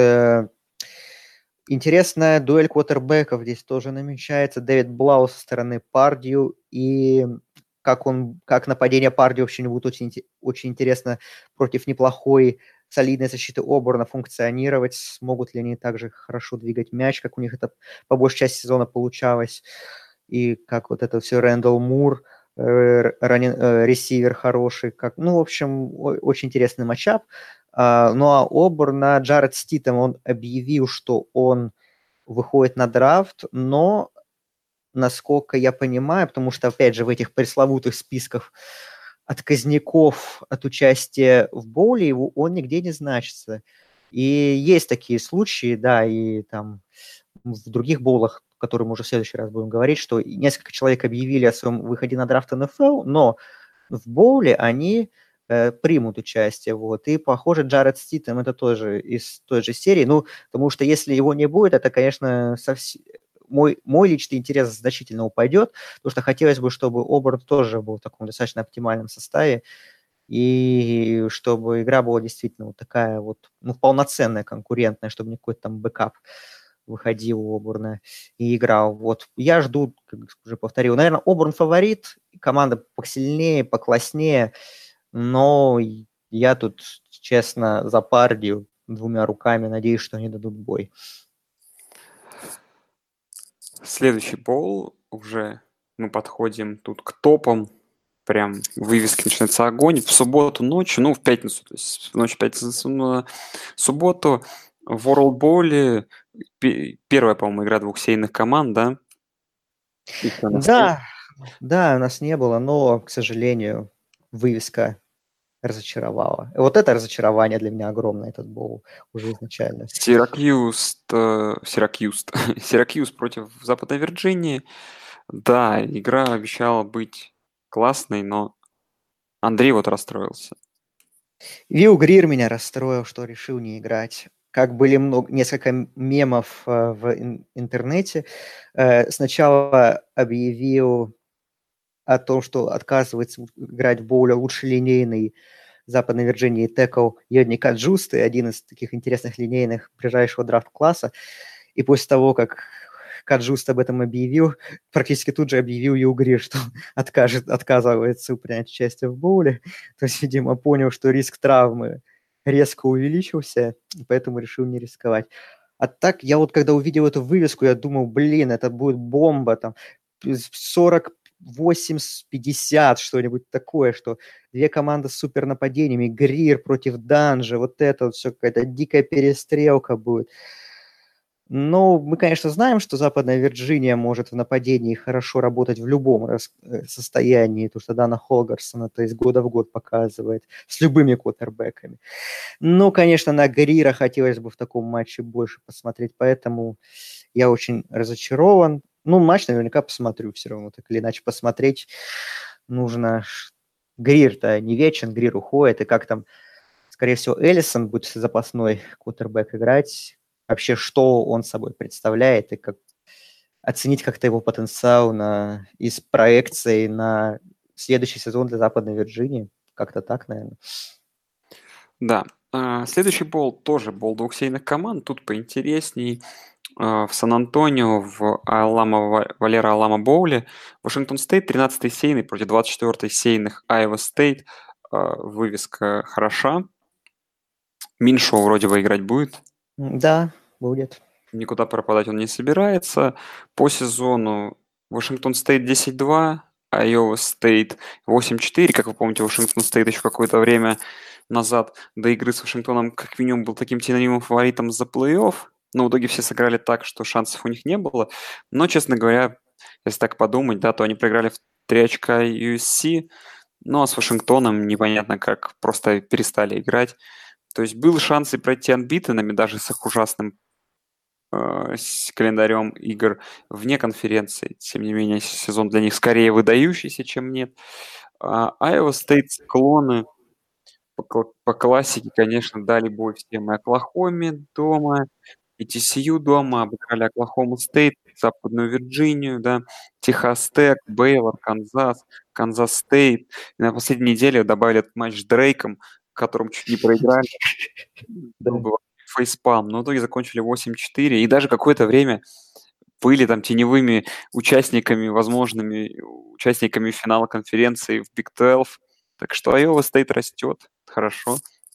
Интересная дуэль квотербеков здесь тоже намечается. Дэвид Блау со стороны Пардию, и как, он, как нападение Пардию вообще будет очень, очень интересно против неплохой солидной защиты Оберна функционировать, смогут ли они также хорошо двигать мяч, как у них это по большей части сезона получалось, и как вот это все Рэндалл Мур, э, ранен, э, ресивер хороший, как, ну, в общем, о- очень интересный матчап. А, ну, а Оберна Джаред Ститом, он объявил, что он выходит на драфт, но, насколько я понимаю, потому что, опять же, в этих пресловутых списках отказников от участия в боуле его он нигде не значится. И есть такие случаи, да, и там в других боулах, о которых мы уже в следующий раз будем говорить, что несколько человек объявили о своем выходе на драфт эн эф эл, но в боуле они э, примут участие. Вот. И, похоже, Джаред Ститем это тоже из той же серии. Ну, потому что если его не будет, это, конечно, совсем... Мой, мой личный интерес значительно упадет, потому что хотелось бы, чтобы Оберн тоже был в таком достаточно оптимальном составе, и чтобы игра была действительно вот такая вот, ну, полноценная, конкурентная, чтобы не какой-то там бэкап выходил у Оберна и играл. Вот я жду, как уже повторил, наверное, Оберн фаворит, команда посильнее, покласснее, но я тут, честно, за Пардию двумя руками надеюсь, что они дадут бой. Следующий боул уже мы подходим тут к топам. Прям вывески начинается огонь. В субботу ночью, ну, в пятницу, то есть в ночь пятницы на субботу в World Bowl первая, по-моему, игра двух сейных команд, да? Да, да, у нас не было, но, к сожалению, вывеска разочаровала. Вот это разочарование для меня огромное, этот боул уже изначально. Сиракьюз, э, Сиракьюз, Сиракьюз против Западной Вирджинии. Да, игра обещала быть классной, но Андрей вот расстроился. Вилл Грир меня расстроил, что решил не играть. Как были много, несколько мемов э, в ин- интернете. Э, сначала объявил о том, что отказывается играть в боуле лучше линейный Западной Вирджинии текл Йодника Джусты, один из таких интересных линейных ближайшего драфт-класса. И после того, как Каджуст об этом объявил, практически тут же объявил Югри, что откажет, отказывается принять участие в боуле. То есть, видимо, понял, что риск травмы резко увеличился, и поэтому решил не рисковать. А так, я вот когда увидел эту вывеску, я думал, блин, это будет бомба, там, сорок восемь пятьдесят, что-нибудь такое, что две команды с супер нападениями, Грир против Данжа, вот это вот все какая-то дикая перестрелка будет. Ну, мы, конечно, знаем, что Западная Вирджиния может в нападении хорошо работать в любом рас- э, состоянии, то, что Дана Холгарсон это из года в год показывает, с любыми квотербеками. Ну, конечно, на Грира хотелось бы в таком матче больше посмотреть, поэтому я очень разочарован. Ну, матч наверняка посмотрю все равно, так или иначе посмотреть нужно. Грир-то не вечен, Грир уходит, и как там, скорее всего, Эллисон будет запасной квотербек играть, вообще, что он собой представляет, и как оценить как-то его потенциал на, из проекции на следующий сезон для Западной Вирджинии. Как-то так, наверное. Да. А, Следующий бол тоже бол двухсейных команд. Тут поинтересней. А, В Сан-Антонио, в Алама, Ва- Валера Алама Боуле. Вашингтон Стейт, тринадцатый сейный против двадцать четвёртой сейных Айова Стейт. А, Вывеска хороша. Миншоу вроде бы играть будет. Да, будет. Никуда пропадать он не собирается. По сезону Вашингтон Стейт десять два, Айова Стейт восемь четыре. Как вы помните, Вашингтон Стейт еще какое-то время назад до игры с Вашингтоном как минимум был таким синонимом фаворитом за плей-офф. Но в итоге все сыграли так, что шансов у них не было. Но, честно говоря, если так подумать, да, то они проиграли в три очка ю эс си. Ну а с Вашингтоном непонятно как, просто перестали играть. То есть был шанс и пройти анбитенами, даже с их ужасным э, с календарем игр вне конференции. Тем не менее, сезон для них скорее выдающийся, чем нет. А Iowa State склоны по, кла- по классике, конечно, дали бой всем и Оклахоме дома, и ти си ю дома, обыграли Оклахому Стейт, Западную Вирджинию, да, Техас Тек, Бейлор, Канзас, Канзас Стейт. И на последней неделе добавили этот матч с Дрейком, которым чуть не проиграли. Был Да. бы фейспалм, но в итоге закончили восемь четыре. И даже какое-то время были там теневыми участниками, возможными участниками финала конференции в Big двенадцать. Так что Iowa State растет. Хорошо.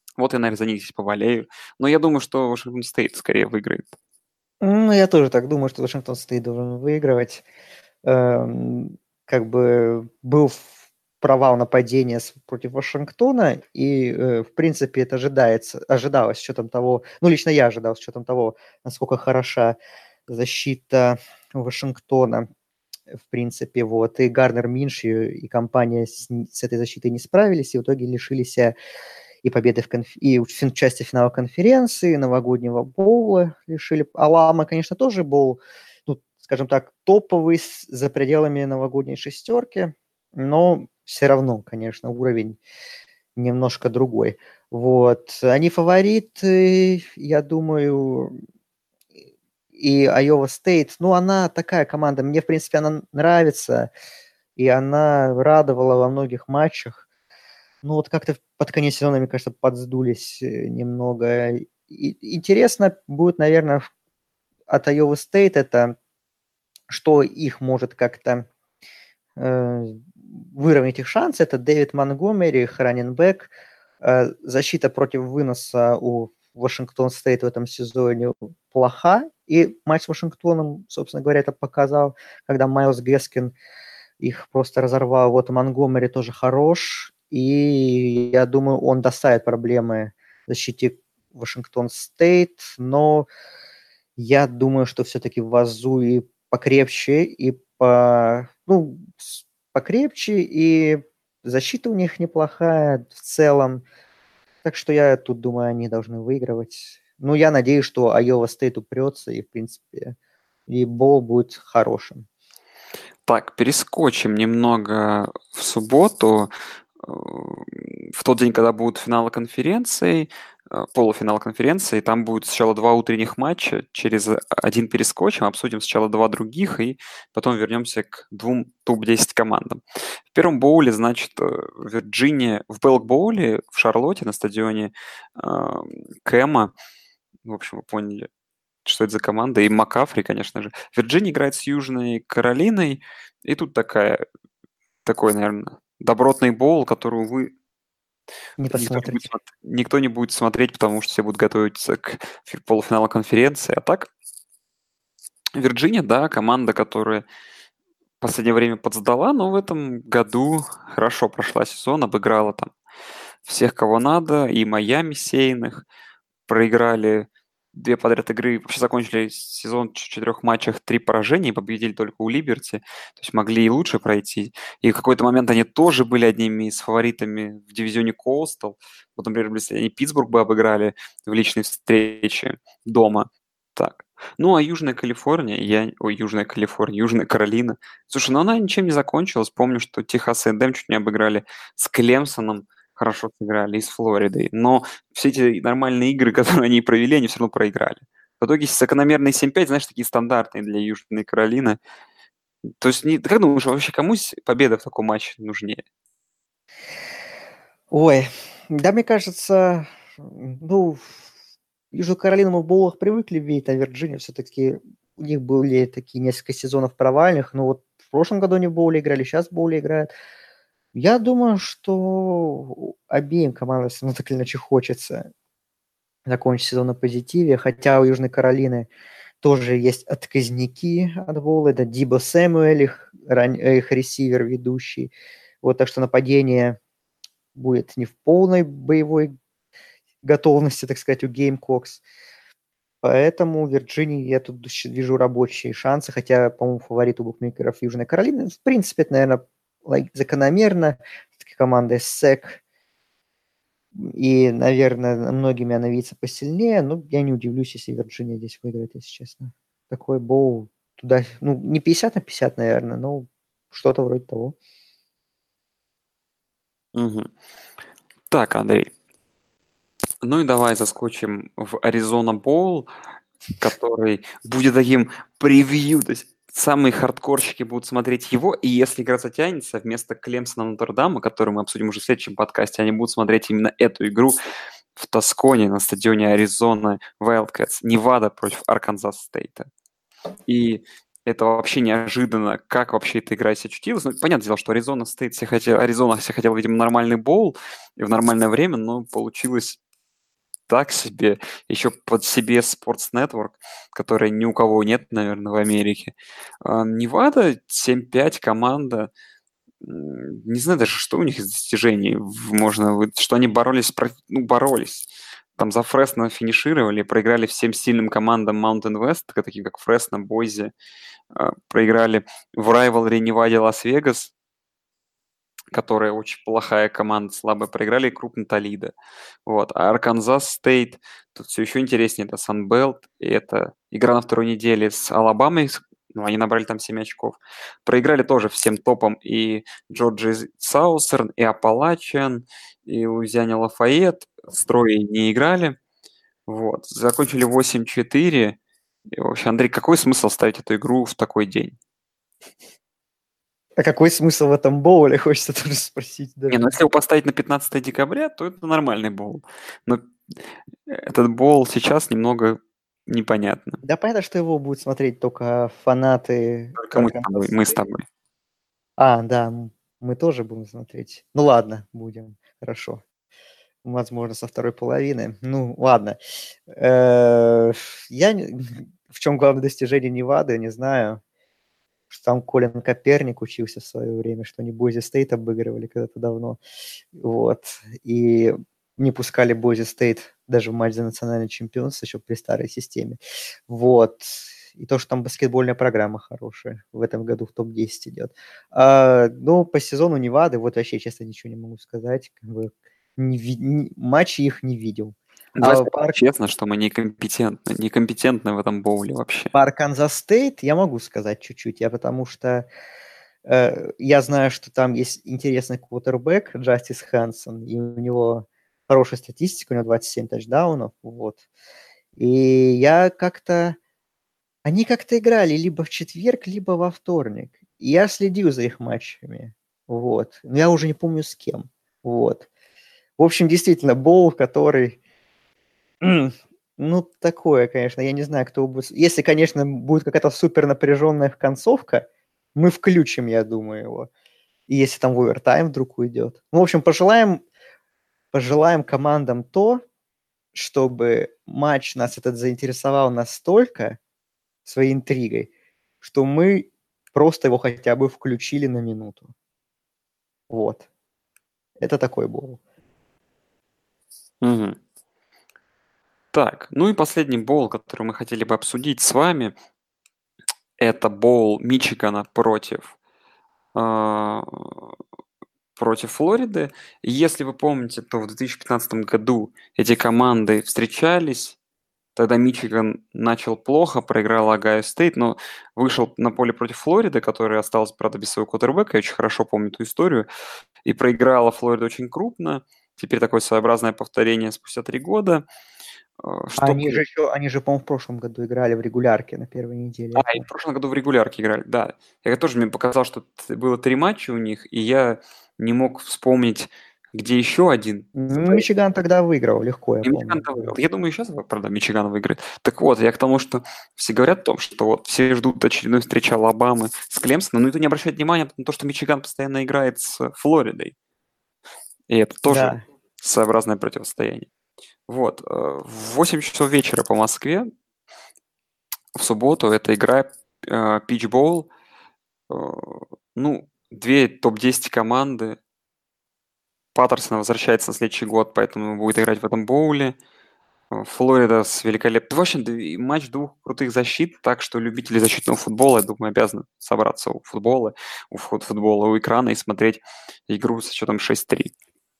Вот я, наверное, за них здесь повалею. Но я думаю, что Вашингтон Стейт скорее выиграет. Ну, я тоже так думаю, что Вашингтон Стейт должен выигрывать. Эм, как бы был провал нападения с- против Вашингтона, и, э, в принципе, это ожидается, ожидалось с учетом того, ну, лично я ожидал с учетом того, насколько хороша защита Вашингтона, в принципе, вот, и Гарнер Миншью, и компания с, н- с этой защитой не справились, и в итоге лишились э, и победы в конф... и в фин- части финала конференции, новогоднего боула лишили. Алама, конечно, тоже был, ну, скажем так, топовый с- за пределами новогодней шестерки, но все равно, конечно, уровень немножко другой. Вот. Они фавориты, я думаю, и Iowa State, ну, она такая команда, мне, в принципе, она нравится, и она радовала во многих матчах. Ну, вот как-то под конец сезона, мне кажется, подсдулись э, немного. И, интересно будет, наверное, от Iowa State это, что их может как-то э, выровнять их шансы. Это Дэвид Монгомери, раннинбэк. Э, защита против выноса у Вашингтон Стейт в этом сезоне плоха. И матч с Вашингтоном, собственно говоря, это показал, когда Майлз Гескин их просто разорвал. Вот Монгомери тоже хорош, и я думаю, он доставит проблемы в защите Вашингтон Стейт, но я думаю, что все-таки Вазу и покрепче, и по, ну, с- покрепче, и защита у них неплохая в целом. Так что я тут думаю, они должны выигрывать. Ну, я надеюсь, что Айова Стейт упрется, и, в принципе, и бол будет хорошим. Так, перескочим немного в субботу, э, в тот день, когда будут финалы конференций, э, полуфинал конференции, там будет сначала два утренних матча, через один перескочим, обсудим сначала два других, и потом вернемся к двум топ десять командам. В первом боуле, значит, э, Вирджиния, в Белк-боуле в Шарлотте на стадионе э, Кэма, в общем, вы поняли, что это за команда, и Маккафри, конечно же. Вирджиния играет с Южной Каролиной, и тут такая, такой, наверное, добротный боул, который, увы, Не никто не будет, посмотрите. смотр- никто не будет смотреть, потому что все будут готовиться к фи- полуфиналу конференции. А так, Вирджиния, да, команда, которая в последнее время подсдала, но в этом году хорошо прошла сезон, обыграла там всех, кого надо, и Майами сейных, проиграли две подряд игры, вообще закончили сезон в четырех матчах, три поражения, и победили только у Либерти, то есть могли и лучше пройти. И в какой-то момент они тоже были одними из фаворитами в дивизионе Коустал. Вот, например, если они Питтсбург бы обыграли в личной встрече дома. Так. Ну, а Южная Калифорния, я... Ой, Южная Калифорния, Южная Каролина. Слушай, ну она ничем не закончилась. Помню, что Техас A and M чуть не обыграли с Клемсоном, хорошо сыграли, и с Флоридой. Но все эти нормальные игры, которые они провели, они все равно проиграли. В итоге закономерные семь пять, знаешь, такие стандартные для Южной Каролины. То есть, не, как думаешь, вообще кому с- победа в таком матче нужнее? Ой, да, мне кажется, ну, Южную Каролину мы в боулах привыкли видеть, а Вирджиния все-таки у них были такие несколько сезонов провальных, но вот в прошлом году они в боуле играли, сейчас в боуле играют. Я думаю, что обеим командам все равно так или иначе хочется закончить сезон на позитиве, хотя у Южной Каролины тоже есть отказники от боула, это Дибо Сэмюэль, их, ран- их ресивер ведущий. Вот, так что нападение будет не в полной боевой готовности, так сказать, у Gamecocks. Поэтому в Вирджинии я тут вижу рабочие шансы, хотя, по-моему, фаворит у букмекеров Южной Каролины. В принципе, это, наверное, like, закономерно. Все-таки команда эс-сек. И, наверное, многими она видится посильнее. Но я не удивлюсь, если Вирджиния здесь выиграет, если честно. Такой боул туда, ну, не пятьдесят на пятьдесят, наверное, но что-то вроде того. Мгм. Так, Андрей, ну и давай заскочим в Аризона Боул, который будет таким превью, то есть самые хардкорщики будут смотреть его, и если игра затянется, вместо Клемсона Нотр-Дама, который мы обсудим уже в следующем подкасте, они будут смотреть именно эту игру в Тосконе на стадионе Аризона Wildcats, Невада против Арканзас Стейта. И это вообще неожиданно, как вообще эта игра себя чутилась. Ну, понятное дело, что Аризона Стейт все хотел, Аризона все хотел, видимо, нормальный боул и в нормальное время, но получилось так себе. Еще под си би эс Sports Network, которой ни у кого нет, наверное, в Америке. А, Невада семь пять команда. М, Не знаю даже, что у них из достижений в- можно... вы- Что они боролись, про- ну, боролись. Там за Фресно финишировали, проиграли всем сильным командам Mountain West, таким как Фресно, Бойзи. А, Проиграли в Rivalry Неваде Лас-Вегас, которая очень плохая команда, слабая, проиграли крупно Толидо. Вот. А Арканзас Стейт, тут все еще интереснее, это Санбелт, и это игра на второй неделе с Алабамой, с- ну, они набрали там семь очков. Проиграли тоже всем топам и Джорджи Саусерн, и Апалачиан, и Луизиане Лафайет, строи не играли. Вот. Закончили восемь четыре. И вообще, Андрей, какой смысл ставить эту игру в такой день? А какой смысл в этом боуле, хочется тоже спросить Не, ну даже. если его поставить на пятнадцатое декабря, то это нормальный боул. Но этот боул сейчас немного непонятно. Да понятно, что его будут смотреть только фанаты Только мы с тобой, Арканзас мы с Стейт. тобой. А, да, м, мы тоже будем смотреть. Ну ладно, будем. Хорошо. Возможно, со второй половины. Ну, ладно. Э, Я не- в чем главное достижение Невады, не знаю. Что там Колин Коперник учился в свое время, что они Бойзи Стейт обыгрывали когда-то давно. Вот. И не пускали Бойзи Стейт даже в матч за национальный чемпионство еще при старой системе. Вот. И то, что там баскетбольная программа хорошая. В этом году в топ десять идет. А, ну, по сезону Невады, вот вообще, честно, ничего не могу сказать. Как бы, не ви- не- матчи их не видел. Давай А скажем по, честно, что мы некомпетентны, некомпетентны в этом боуле вообще. по Арканзас Стейт я могу сказать чуть-чуть. Я потому что Э, я знаю, что там есть интересный квотербек Джастис Хэнсон, и у него хорошая статистика, у него двадцать семь тачдаунов, вот. И я как-то... Они как-то играли либо в четверг, либо во вторник. И я следил за их матчами, вот. Но я уже не помню с кем, вот. В общем, действительно, боул, который... Ну, такое, конечно, я не знаю, кто будет... Если, конечно, будет какая-то супер напряженная концовка, мы включим, я думаю, его. И если там в овертайм вдруг уйдет. Ну, в общем, пожелаем, пожелаем командам то, чтобы матч нас этот заинтересовал настолько своей интригой, что мы просто его хотя бы включили на минуту. Вот. Это такой был. Мгм. Так, ну и последний боул, который мы хотели бы обсудить с вами, это боул Мичигана против а, против Флориды. И если вы помните, то в две тысячи пятнадцатом году эти команды встречались. Тогда Мичиган начал плохо, проиграл Огайо Стейт, но вышел на поле против Флориды, которая осталась, правда, без своего квотербека. Я очень хорошо помню эту историю. И проиграла Флорида очень крупно. Теперь такое своеобразное повторение спустя три года. А, А Что они бы- же еще, они же, по-моему, в прошлом году играли в регулярке на первой неделе, А, я и в помню. прошлом году в регулярке играли, да. Я тоже мне показал, что т- было три матча у них, и я не мог вспомнить, где еще один. Ну, Мичиган тогда выиграл легко, я И Мичиган помню. выиграл. Я думаю, сейчас, правда, Мичиган выиграет. Так вот, я к тому, что все говорят о том, что вот все ждут очередной встречи Алабамы с Клемсоном, но это не обращает внимания на то, что Мичиган постоянно играет с Флоридой. И это тоже Да. своеобразное противостояние. Вот. э, В восемь часов вечера по Москве в субботу эта игра э, Pitch Bowl. Э, Ну, две топ десять команды. Паттерсон возвращается на следующий год, поэтому будет играть в этом боуле. Э, Флорида с великолепным... В общем, д- матч двух крутых защит, так что любители защитного футбола, я думаю, обязаны собраться у футбола, у вход футбола, у экрана и смотреть игру со счетом шесть три.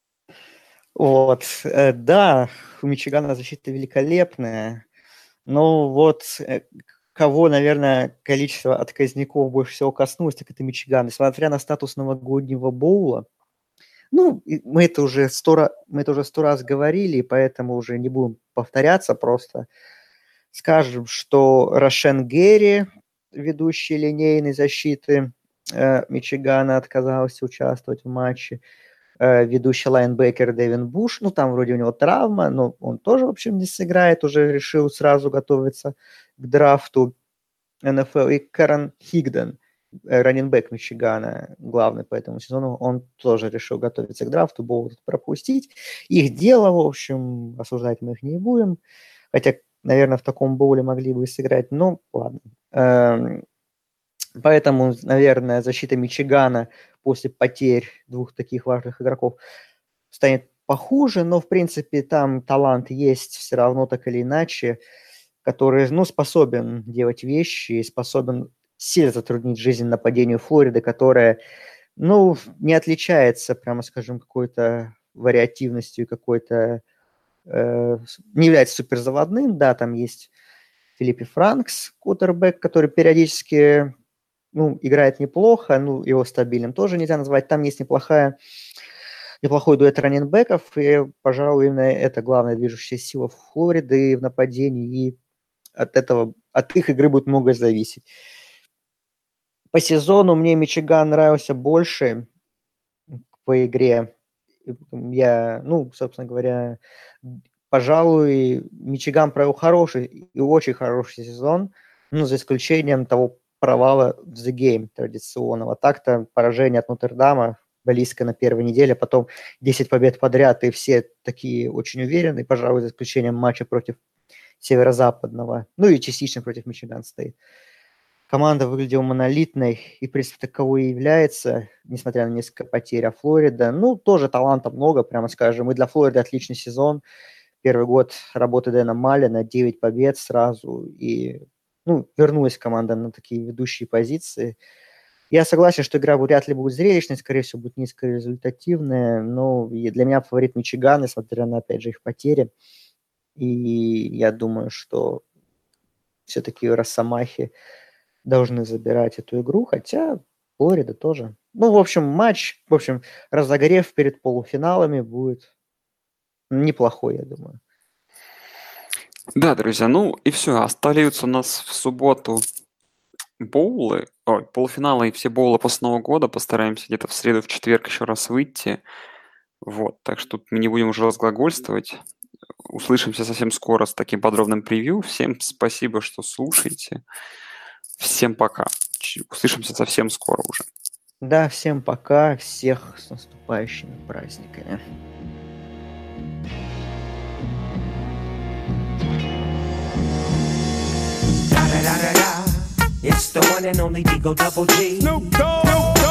Вот, э, да, у Мичигана защита великолепная. Ну вот, э, кого, наверное, количество отказников больше всего коснулось, так это Мичиган. Несмотря на статус новогоднего боула, ну, и мы это уже сто раз, мы это уже сто раз говорили, поэтому уже не будем повторяться, просто скажем, что Рошен Герри, ведущий линейной защиты э, Мичигана, отказался участвовать в матче. Э, ведущий лайнбекер Дэвин Буш, ну, там вроде у него травма, но он тоже, в общем, не сыграет, уже решил сразу готовиться к драфту эн эф эл. И Карен Хигден, раннинбэк Мичигана, главный по этому сезону, он тоже решил готовиться к драфту, Боул пропустить. Их дело, в общем, осуждать мы их не будем. Хотя, наверное, в таком боуле могли бы сыграть, но ладно. Эм, поэтому, наверное, защита Мичигана после потерь двух таких важных игроков станет похуже, но, в принципе, там талант есть все равно так или иначе, который, ну, способен делать вещи и способен сильно затруднить жизнь нападению Флориды, которая, ну, не отличается, прямо скажем, какой-то вариативностью, какой-то э, не является суперзаводным, да, там есть Филиппе Франкс, квотербэк, который периодически, ну, играет неплохо, ну, его стабильным тоже нельзя назвать, там есть неплохая неплохой дуэт раннинбэков, и, пожалуй, именно это главная движущая сила Флориды в нападении, и от этого, от их игры будет многое зависеть. По сезону мне Мичиган нравился больше по игре. Я, ну, собственно говоря, пожалуй, Мичиган провел хороший и очень хороший сезон, ну, за исключением того провала в The Game традиционного. Так-то поражение от Нотр-Дама близко на первой неделе, потом десять побед подряд, и все такие очень уверенные, пожалуй, за исключением матча против Северо-Западного, ну и частично против Мичиган Стейт. Команда выглядела монолитной и, в принципе, таковой и является, несмотря на несколько потерь. А Флорида, ну, тоже таланта много, прямо скажем. И для Флориды отличный сезон. Первый год работы Дэна Маллина, девять побед сразу. И, ну, вернулась команда на такие ведущие позиции. Я согласен, что игра вряд ли будет зрелищной, скорее всего, будет низкорезультативная. Но для меня фаворит Мичиган, несмотря на, опять же, их потери. И я думаю, что все-таки Росомахи должны забирать эту игру, хотя Флорида тоже. Ну, в общем, матч, в общем, разогрев перед полуфиналами будет неплохой, я думаю. Да, друзья, ну и все. Остаются у нас в субботу боулы, ой, полуфиналы и все боулы после Нового года. Постараемся где-то в среду, в четверг еще раз выйти. Вот, так что тут мы не будем уже разглагольствовать. Услышимся совсем скоро с таким подробным превью. Всем спасибо, что слушаете. Всем пока. Услышимся совсем скоро уже. Да, всем пока. Всех с наступающими праздниками. It's the one and only Digo Double G. Snoop Dogg.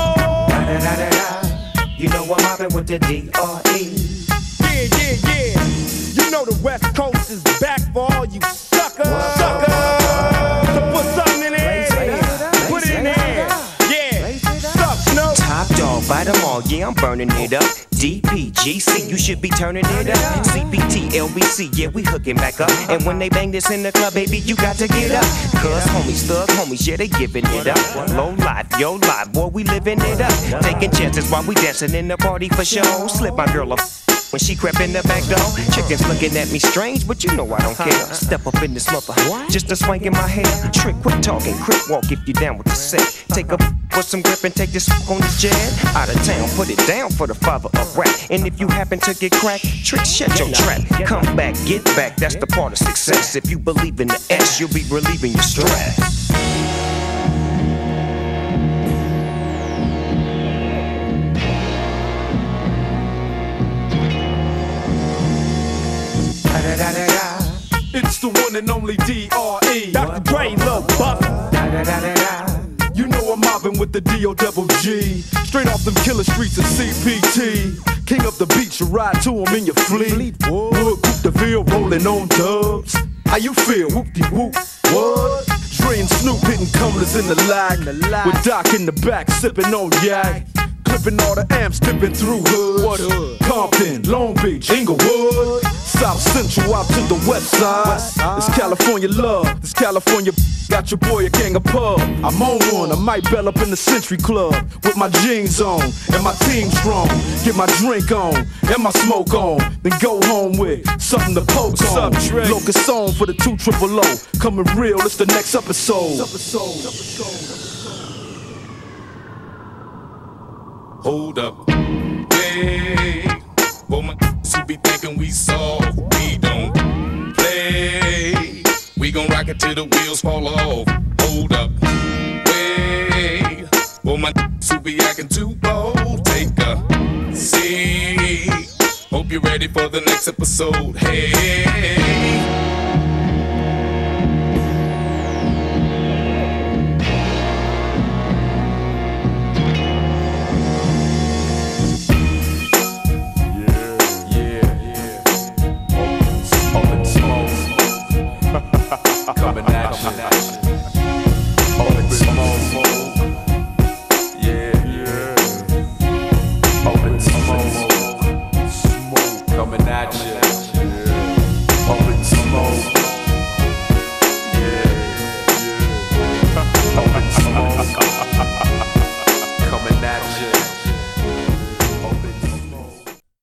You know I'm mobbing with the D R E. Yeah, yeah, yeah. You know the West Coast is back for all you suckers. Suckers. So put something in there. Put it in there. Yeah. Suck, Snoop. Top dog, bite them all. Yeah, I'm burning it up. D P G C, you should be turning it up. C B T, L B C, yeah, we hooking back up. And when they bang this in the club, baby, you got to get up. Cuz homies, thug homies, yeah, they giving it up. Low life, yo life, boy, we living it up. Taking chances while we dancing in the party for show. Slip my girl a when she crept in the back door. Chickens looking at me strange, but you know I don't care. Step up in this mother, just a swank in my hair. Trick, quit talking, crip walk if you down with the set. Take a put some grip and take this on the jet. Out of town, put it down for the father of rap. And if you happen to get cracked, trick, shut your trap. Come back, get back, that's the part of success. If you believe in the S, you'll be relieving your stress. It's the one and only D R E. Doctor Dre, Lil Buck. You know I'm mobbing with the D O double G. Straight off them killer streets of C P T. King up the beach, you ride to him in your fleet. Wood, Coupe de Ville, rolling on dubs. How you feel? Whoop-de-whoop. What? Dre and Snoop hitting cumblers in the lag. With Doc in the back, sipping on yak. Clipping all the amps, dipping through hoods. What hood? Compton, Long Beach, Inglewood. South Central out to the west side. It's California love. This California got your boy a king of pub. I'm on one, I might bell up in the Century Club with my jeans on and my team strong. Get my drink on and my smoke on, then go home with something to poke What's on. Up, Trey? Locust song for the two triple O. Coming real, it's the next episode. episode. Hold up, wait. For my who be thinking we soft, we don't play. We gon' rock it till the wheels fall off. Hold up, wait. For my who be acting too bold, take a seat. Hope you're ready for the next episode. Hey.